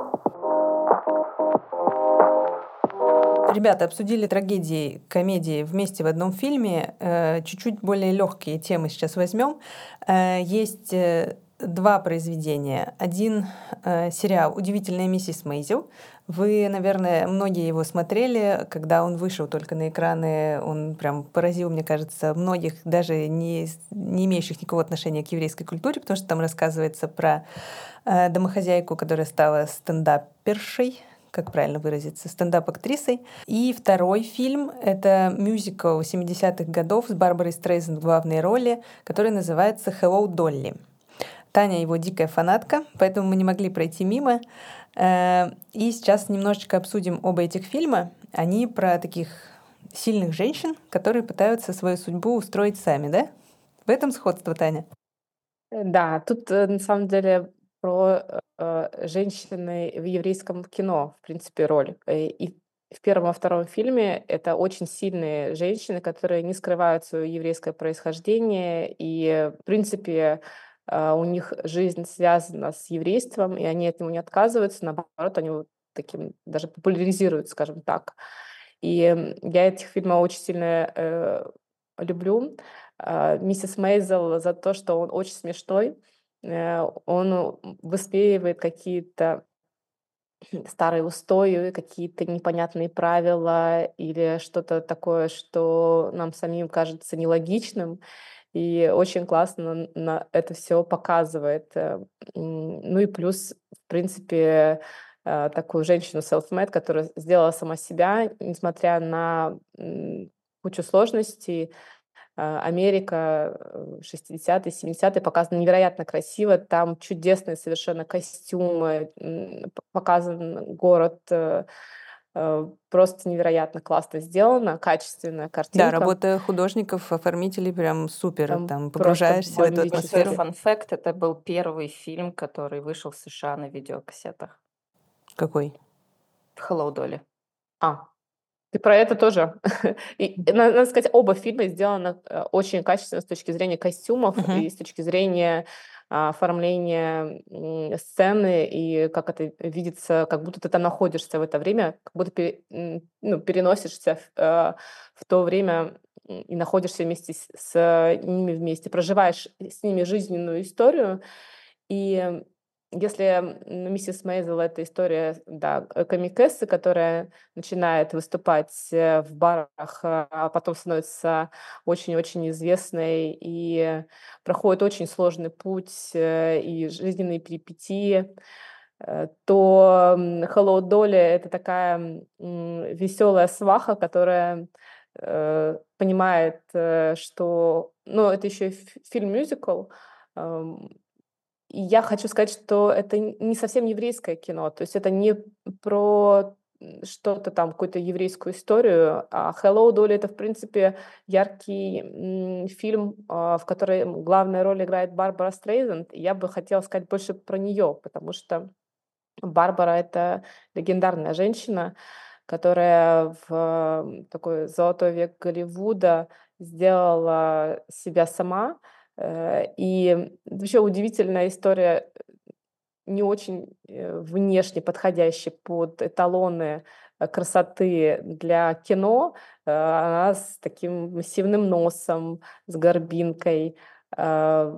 Ребята обсудили трагедии, комедии вместе в одном фильме. Э, Чуть-чуть более легкие темы сейчас возьмем. Э, Есть э, два произведения. Один э, сериал «Удивительная миссис Мейзел». Вы, наверное, многие его смотрели, когда он вышел только на экраны. Он прям поразил, мне кажется, многих, даже не, не имеющих никакого отношения к еврейской культуре, потому что там рассказывается про э, домохозяйку, которая стала стендапершей, как правильно выразиться, стендап-актрисой. И второй фильм — это мюзикл семидесятых годов с Барбарой Стрейзанд в главной роли, который называется «Hello, Dolly». Таня его дикая фанатка, поэтому мы не могли пройти мимо. И сейчас немножечко обсудим оба этих фильма. Они про таких сильных женщин, которые пытаются свою судьбу устроить сами, да? В этом сходство, Таня? Да, тут э, на самом деле про э, женщины в еврейском кино, в принципе, роль. Э, И в первом и втором фильме это очень сильные женщины, которые не скрывают свое еврейское происхождение, и, в принципе, э, у них жизнь связана с еврейством, и они от него не отказываются, наоборот, они вот таким даже популяризируют, скажем так. И м, я этих фильмов очень сильно э, люблю. А, Миссис Мейзел за то, что он очень смешной. Э, Он высмеивает какие-то старые устои, какие-то непонятные правила или что-то такое, что нам самим кажется нелогичным. И очень классно на это все показывает. Э, м, Ну и плюс, в принципе, э, такую женщину self-made, которая сделала сама себя, несмотря на м, кучу сложностей. А, Америка, э, шестидесятые, семидесятые показаны невероятно красиво. Там чудесные совершенно костюмы, м, п- показан город. э, э, Просто невероятно классно сделано, качественная Да, картинка. работа художников, оформителей прям супер. Там Там просто погружаешься в эту бомбически. Небольшой атмосферу. фан-факт, это был первый фильм, который вышел в США на видеокассетах. Какой? Hello, Dolly. А, ты про это тоже. И, на- надо сказать, оба фильма сделаны э, очень качественно с точки зрения костюмов Мгм. и с точки зрения а, оформления м, сцены, и как это видится, как будто ты там находишься в это время, как будто пере- м, ну, переносишься в, э, в то время м, и находишься вместе с, с ними вместе, проживаешь с ними жизненную историю. И если м, миссис Мейзел — это история, да, э, комикессы, которая начинает выступать э, в барах, а а потом становится очень-очень известной и проходит очень сложный путь э, и жизненные перипетии, э, то м, Hello, Dolly — это такая веселая сваха, которая э, понимает, э, что, ну, это еще и фи- фильм-мюзикл. эм, и я хочу сказать, что это н не совсем еврейское кино. То есть это не про, м, что-то там, какую-то еврейскую историю. А "Hello, Dolly" — это, в принципе, яркий, м, фильм, а, в котором главную роль играет Барбара Стрейзанд. И я бы хотела сказать больше про нее, потому что Барбара — это легендарная женщина, которая в, м, такой золотой век Голливуда сделала себя сама. Э, и вообще удивительная история, не очень, э, внешне подходящая под эталоны, э, красоты для кино. Э, она с таким массивным носом, с горбинкой. А,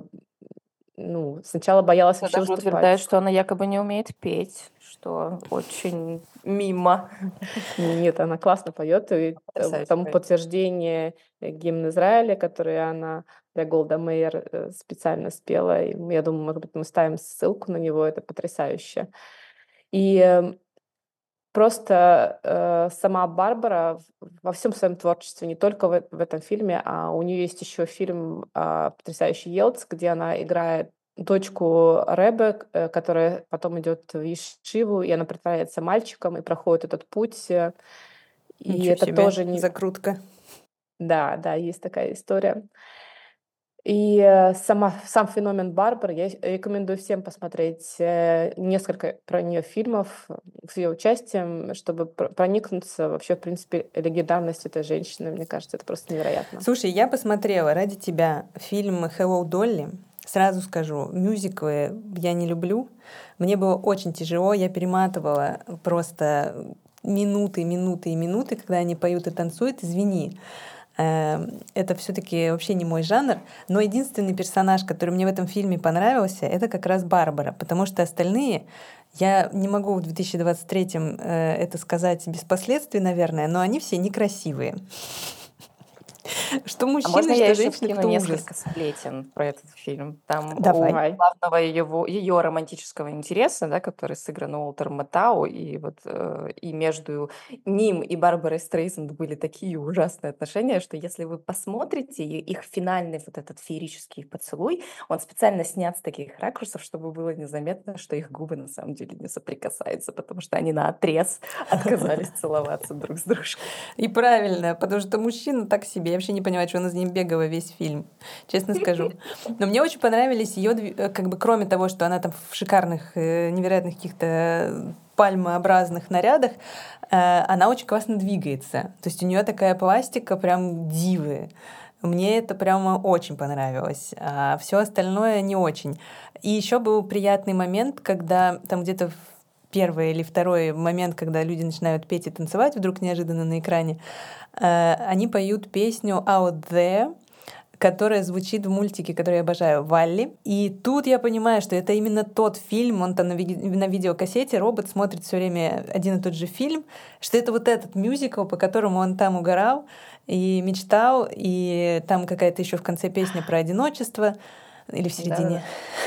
ну, сначала боялась Кто вообще даже утверждает, выступать. что она якобы не умеет петь, что очень мимо. Нет, она классно поет, и т Потрясающе тому поет. подтверждение э, гимн Израиля, который она для Голда Меир э, специально спела. И я думаю, может быть, мы ставим ссылку на него, это потрясающе. И, э, просто, э, сама Барбара в во всем своем творчестве, не только в эт в этом фильме, а у нее есть еще фильм, а, потрясающий "Елц", где она играет дочку Ребе, к э, которая потом идет в Ешиву, и она притворяется мальчиком и проходит этот путь. э, И Ничего это себе, тоже не закрутка. Да, да, есть такая история. И, э, сама сам феномен Барбары я с рекомендую всем посмотреть, э, несколько про нее фильмов, э, с ее участием, чтобы пр проникнуться вообще, в принципе, легендарностью этой женщины. Мне кажется, это просто невероятно. Слушай, я посмотрела ради тебя фильм «Hello, Dolly». Сразу скажу, мюзиклы я не люблю. Мне было очень тяжело, я перематывала просто минуты, минуты и минуты, когда они поют и танцуют. Извини, Э, это все-таки вообще не мой жанр. Но единственный персонаж, который мне в этом фильме понравился, это как раз Барбара, потому что остальные, я не могу в две тысячи двадцать третьем э, это сказать без последствий, наверное, но они все некрасивые. Что А мужчины, можно я что еще женщины, вкину кто ужас. несколько сплетен про этот фильм? Там у Давай. Давай. главного его, ее романтического интереса, да, который сыгран Уолтером Матау, и вот э, и между ним и Барбарой Стрейзанд были такие ужасные отношения, что если вы посмотрите и- их финальный вот этот феерический поцелуй, он специально снят с таких ракурсов, чтобы было незаметно, что их губы на самом деле не соприкасаются, потому что они наотрез отказались целоваться друг с дружкой. И правильно, потому что мужчина так себе. Я вообще не понимаю, что он из нее бегала весь фильм, честно скажу. Но мне очень понравились ее, как бы, кроме того, что она там в шикарных, э, невероятных каких-то пальмообразных нарядах, э, она очень классно двигается. То есть у нее такая пластика прям дивы. Мне это прямо очень понравилось, а все остальное не очень. И еще был приятный момент, когда там где-то в первый или второй момент, когда люди начинают петь и танцевать вдруг неожиданно на экране, э, они поют песню «Out There», которая звучит в мультике, который я обожаю, «Валли». И тут я понимаю, что это именно тот фильм, он там на, ви- на видеокассете, робот смотрит все время один и тот же фильм, что это вот этот мюзикл, по которому он там угорал и мечтал, и там какая-то еще в конце песня про одиночество, или в середине.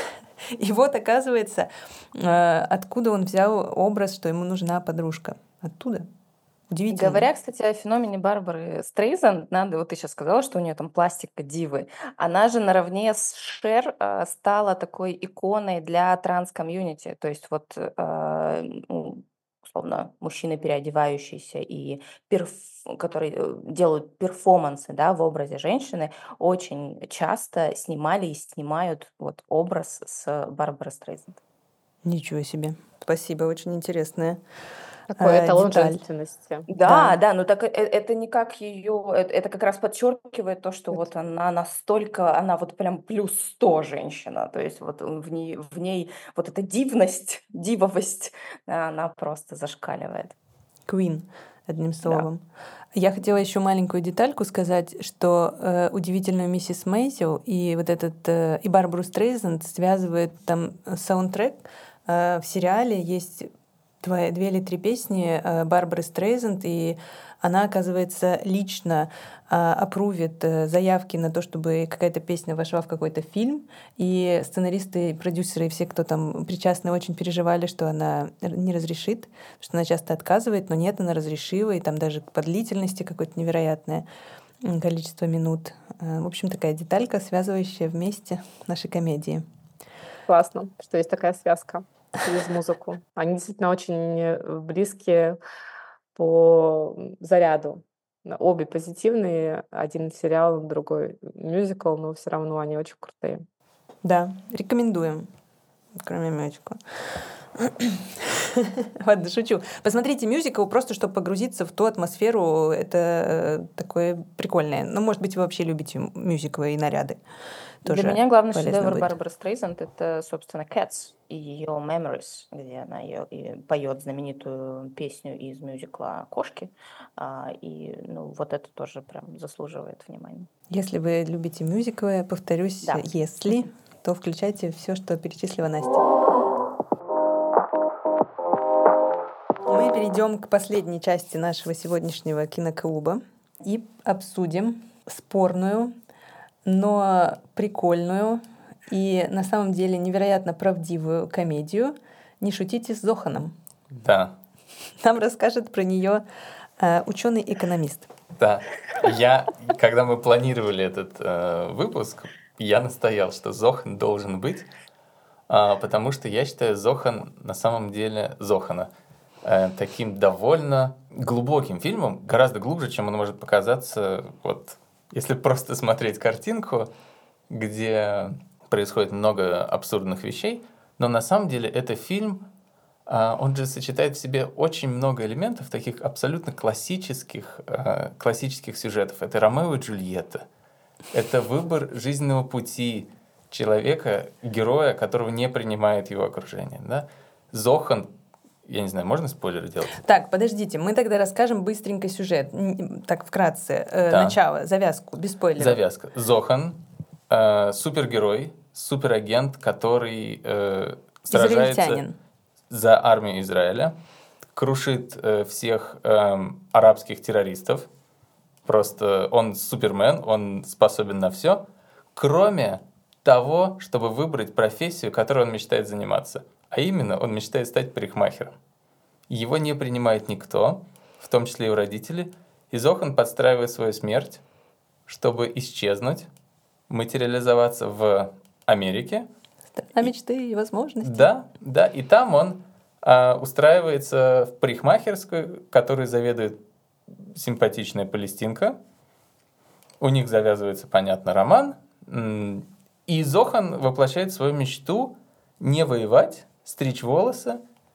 И вот, оказывается, э, откуда он взял образ, что ему нужна подружка. Оттуда. Удивительно. Говоря, кстати, о феномене Барбары Стрейзанд, надо, вот ты сейчас сказала, что у нее там пластика дивы. Она же наравне с Шер э, стала такой иконой для транс-комьюнити. То есть вот, э, ну, условно, мужчины, переодевающиеся и перф- которые э, делают перформансы, да, в образе женщины, очень часто снимали и снимают вот образ с Барбарой Стрейзанд. Ничего себе. Спасибо, очень интересная Такой э, эталон деталь. женственности. Да, Да. да, ну так э- э- это не как ее, это, это как раз подчеркивает то, что Это- вот она настолько, она вот прям плюс сто женщина, то есть вот в ней, в ней вот эта дивность, дивовость, да, она просто зашкаливает. Queen, одним Да. словом. Я хотела еще маленькую детальку сказать, что э, удивительную миссис Мейзел и вот этот э, и Барбару Стрейзанд связывает там саундтрек. Э, в сериале есть две, две или три песни э, Барбары Стрейзанд, и она, оказывается, лично э, апрувит э, заявки на то, чтобы какая-то песня вошла в какой-то фильм. И сценаристы, и продюсеры, и все, кто там причастны, очень переживали, что она не разрешит, что она часто отказывает, но нет, она разрешила, и там даже по длительности какое-то невероятное м, количество минут. Э, В общем, такая деталька, связывающая вместе наши комедии. Классно, что есть такая связка через музыку. Они действительно очень э, близкие по м, заряду. На- Обе позитивные, один сериал, другой мюзикл, но все равно они очень крутые. Да, рекомендуем, кроме мюзикла. Ладно, шучу. Посмотрите мюзикл просто, чтобы погрузиться в ту атмосферу. Это э, такое прикольное. Ну, может быть, вы вообще любите м- мюзиклы и наряды. Для Тоже меня главный полезно шедевр будет. Барбары Стрейзанд — это, собственно, Cats и ее Memories, где она ее и поет знаменитую песню из мюзикла «Кошки». А, и ну, вот это тоже прям заслуживает внимания. Если вы любите мюзиклы, повторюсь, Да. если, то включайте все, что перечислила Настя. Мы перейдем к последней части нашего сегодняшнего киноклуба и обсудим спорную, но прикольную и на самом деле невероятно правдивую комедию «Не шутите с Зоханом». Да, Нам расскажет про нее ученый-экономист. да. Я, когда мы планировали этот э, выпуск, я настоял, что Зохан должен быть, а, потому что я считаю Зохан на самом деле Зохана э, таким довольно глубоким фильмом, гораздо глубже, чем он может показаться, вот, если просто смотреть картинку, где происходит много абсурдных вещей, но на самом деле это фильм, а, он же сочетает в себе очень много элементов таких абсолютно классических, а, классических сюжетов. Это Ромео и Джульетта, это выбор жизненного пути человека, героя, которого не принимает его окружение. Да? Зохан, я не знаю, можно спойлеры делать? Так, подождите, мы тогда расскажем быстренько сюжет. Н- Так, вкратце. Э, Да. Начало, завязку, без спойлеров. Завязка. Зохан э, супергерой, суперагент, который э, сражается Израильтянин. за армию Израиля, крушит э, всех эм, арабских террористов, Просто он супермен, он способен на все, кроме того, чтобы выбрать профессию, которой он мечтает заниматься. А именно, он мечтает стать парикмахером. Его не принимает никто, в том числе и его родители, и Зохан подстраивает свою смерть, чтобы исчезнуть, материализоваться в Америке. Страна мечты и возможностей. Да, да, и там он а, устраивается в парикмахерскую, которой заведует симпатичная палестинка. У них завязывается, понятно, роман. И Зохан воплощает свою мечту не воевать, стричь волосы,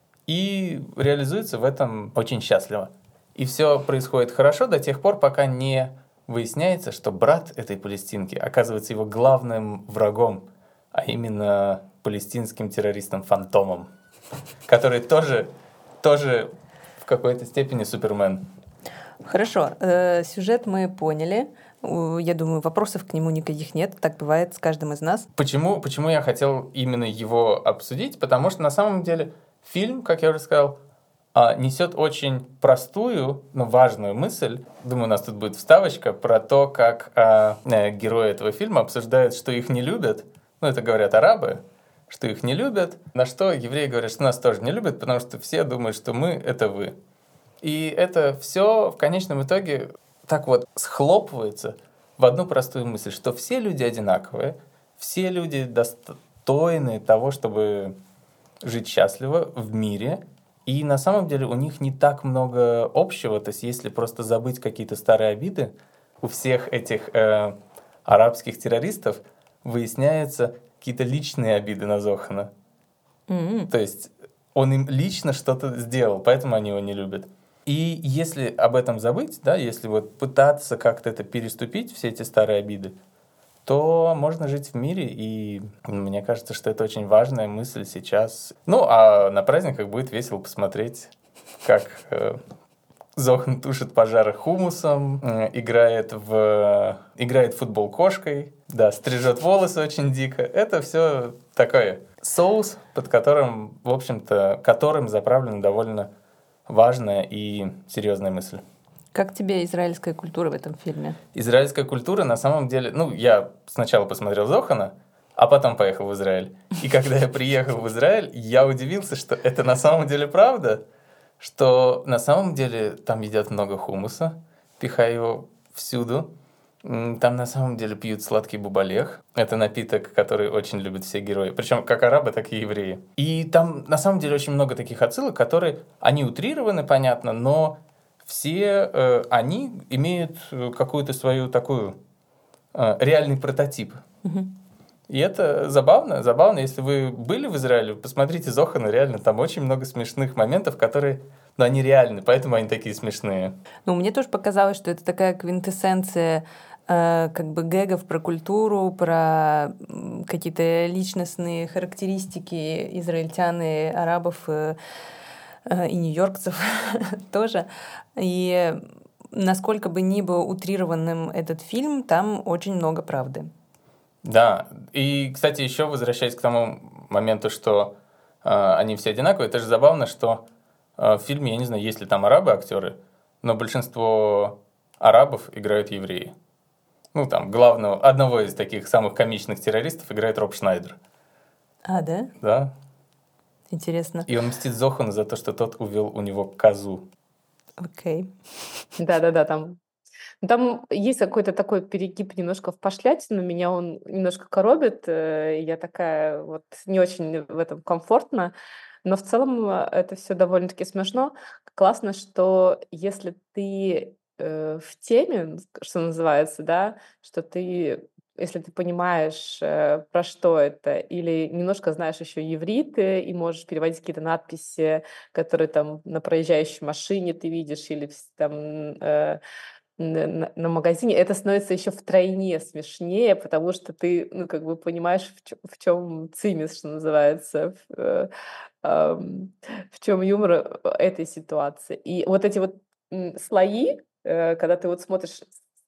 и реализуется в этом очень счастливо. И все происходит хорошо до тех пор, пока не выясняется, что брат этой палестинки оказывается его главным врагом, а именно палестинским террористом-фантомом, который тоже, тоже в какой-то степени супермен. Хорошо, э, сюжет мы поняли. У- Я думаю, вопросов к нему никаких нет. Так бывает с каждым из нас. Почему, почему я хотел именно его обсудить? Потому что на самом деле фильм, как я уже сказал, а, несет очень простую, но важную мысль. Думаю, у нас тут будет вставочка про то, как а, э, герои этого фильма обсуждают, что их не любят. Ну, это говорят арабы, что их не любят. На что евреи говорят, что нас тоже не любят, потому что все думают, что мы — это вы. И это все в конечном итоге так вот схлопывается в одну простую мысль, что все люди одинаковые, все люди достойны того, чтобы жить счастливо в мире, и на самом деле у них не так много общего. То есть если просто забыть какие-то старые обиды, у всех этих э, арабских террористов выясняются какие-то личные обиды на Зохана. М. То есть он им лично что-то сделал, поэтому они его не любят. И если об этом забыть, да, если вот пытаться как-то это переступить, все эти старые обиды, то можно жить в мире, и мне кажется, что это очень важная мысль сейчас. Ну, а на праздниках будет весело посмотреть, как э, Зохан тушит пожары хумусом, э, играет в играет в футбол кошкой, да, стрижет волосы очень дико. Это все такое соус, под которым, в общем-то, которым заправлена довольно важная и серьезная мысль. Как тебе израильская культура в этом фильме? Израильская культура на самом деле... Ну, я сначала посмотрел Зохана, а потом поехал в Израиль. И когда я приехал в Израиль, я удивился, что это на самом деле правда, что на самом деле там едят много хумуса, пихая его всюду. М, Там на самом деле пьют сладкий бубалех. Это напиток, который очень любят все герои. Причем как арабы, так и евреи. И там на самом деле очень много таких отсылок, которые... Они утрированы, понятно, но все э, они имеют э, какую-то свою такую э, реальный прототип. Мгм. И это забавно, забавно. Если вы были в Израиле, посмотрите Зохана, реально, там очень много смешных моментов, которые, ну, они реальны, поэтому они такие смешные. Ну, мне тоже показалось, что это такая квинтэссенция э, как бы гэгов про культуру, про м, какие-то личностные характеристики израильтян и арабов э, э, и нью-йоркцев тоже. И насколько бы ни был утрированным этот фильм, там очень много правды. Да, и, кстати, еще возвращаясь к тому моменту, что э, они все одинаковые, это же забавно, что э, в фильме, я не знаю, есть ли там арабы-актеры, но большинство арабов играют евреи. Ну, там, главного, одного из таких самых комичных террористов играет Роб Шнайдер. А, да? Да, Интересно. и он мстит Зохану за то, что тот увел у него козу. Окей. Да-да-да, там там есть какой-то такой перегиб немножко в пошлятину, меня он немножко коробит, э, я такая вот не очень в этом комфортно, но в целом э, это все довольно-таки смешно. Классно, что если ты э, в теме, что называется, да, что ты, если ты понимаешь, э, про что это, или немножко знаешь еще иврит, э, и можешь переводить какие-то надписи, которые там на проезжающей машине ты видишь, или в с- там э, на, на- на магазине, это становится еще втройне смешнее, потому что ты, ну, как бы понимаешь, в чем, цимис, что называется, в, э, ам, в чем юмор э, этой ситуации. И вот эти вот м, слои, э, когда ты вот смотришь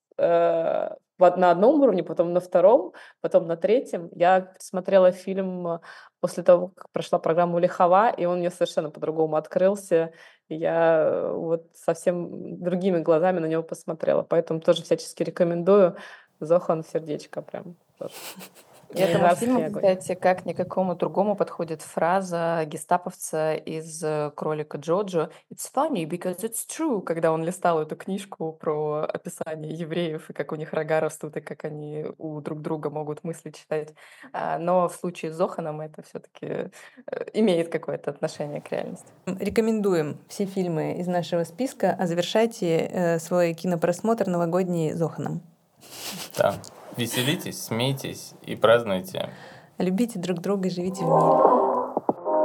э, в од- на одном уровне, потом на втором, потом на третьем. Я смотрела фильм э, после того, как прошла программу «Лихова», и он мне совершенно по-другому открылся. И я э, вот совсем другими глазами на него посмотрела. Поэтому тоже всячески рекомендую. Зохан сердечко прям тоже. И этому Январский фильму, огонь. кстати, как никакому другому подходит фраза гестаповца из э, «Кролика Джоджо». It's funny because it's true, когда он листал эту книжку про описание евреев и как у них рога растут, и как они у друг друга могут мысли читать. А, Но в случае с Зоханом это все-таки имеет какое-то отношение к реальности. Рекомендуем все фильмы из нашего списка, а завершайте э, свой кинопросмотр новогодний Зоханом. Да. Веселитесь, смейтесь и празднуйте. Любите друг друга и живите в мире.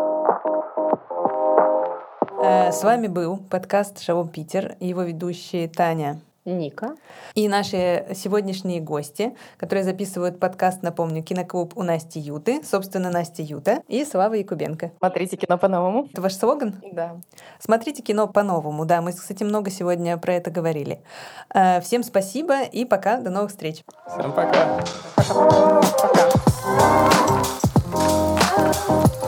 Э, С вами был подкаст «Шалом Питер» и его ведущие Таня Ника. и наши сегодняшние гости, которые записывают подкаст, напомню, «Киноклуб» у Насти Юты, собственно, Настя Юта и Слава Якубенко. Смотрите кино по-новому. Это ваш слоган? Да. Смотрите кино по-новому. Да, мы, кстати, много сегодня про это говорили. Э, Всем спасибо и пока. До новых встреч. Всем пока. Пока.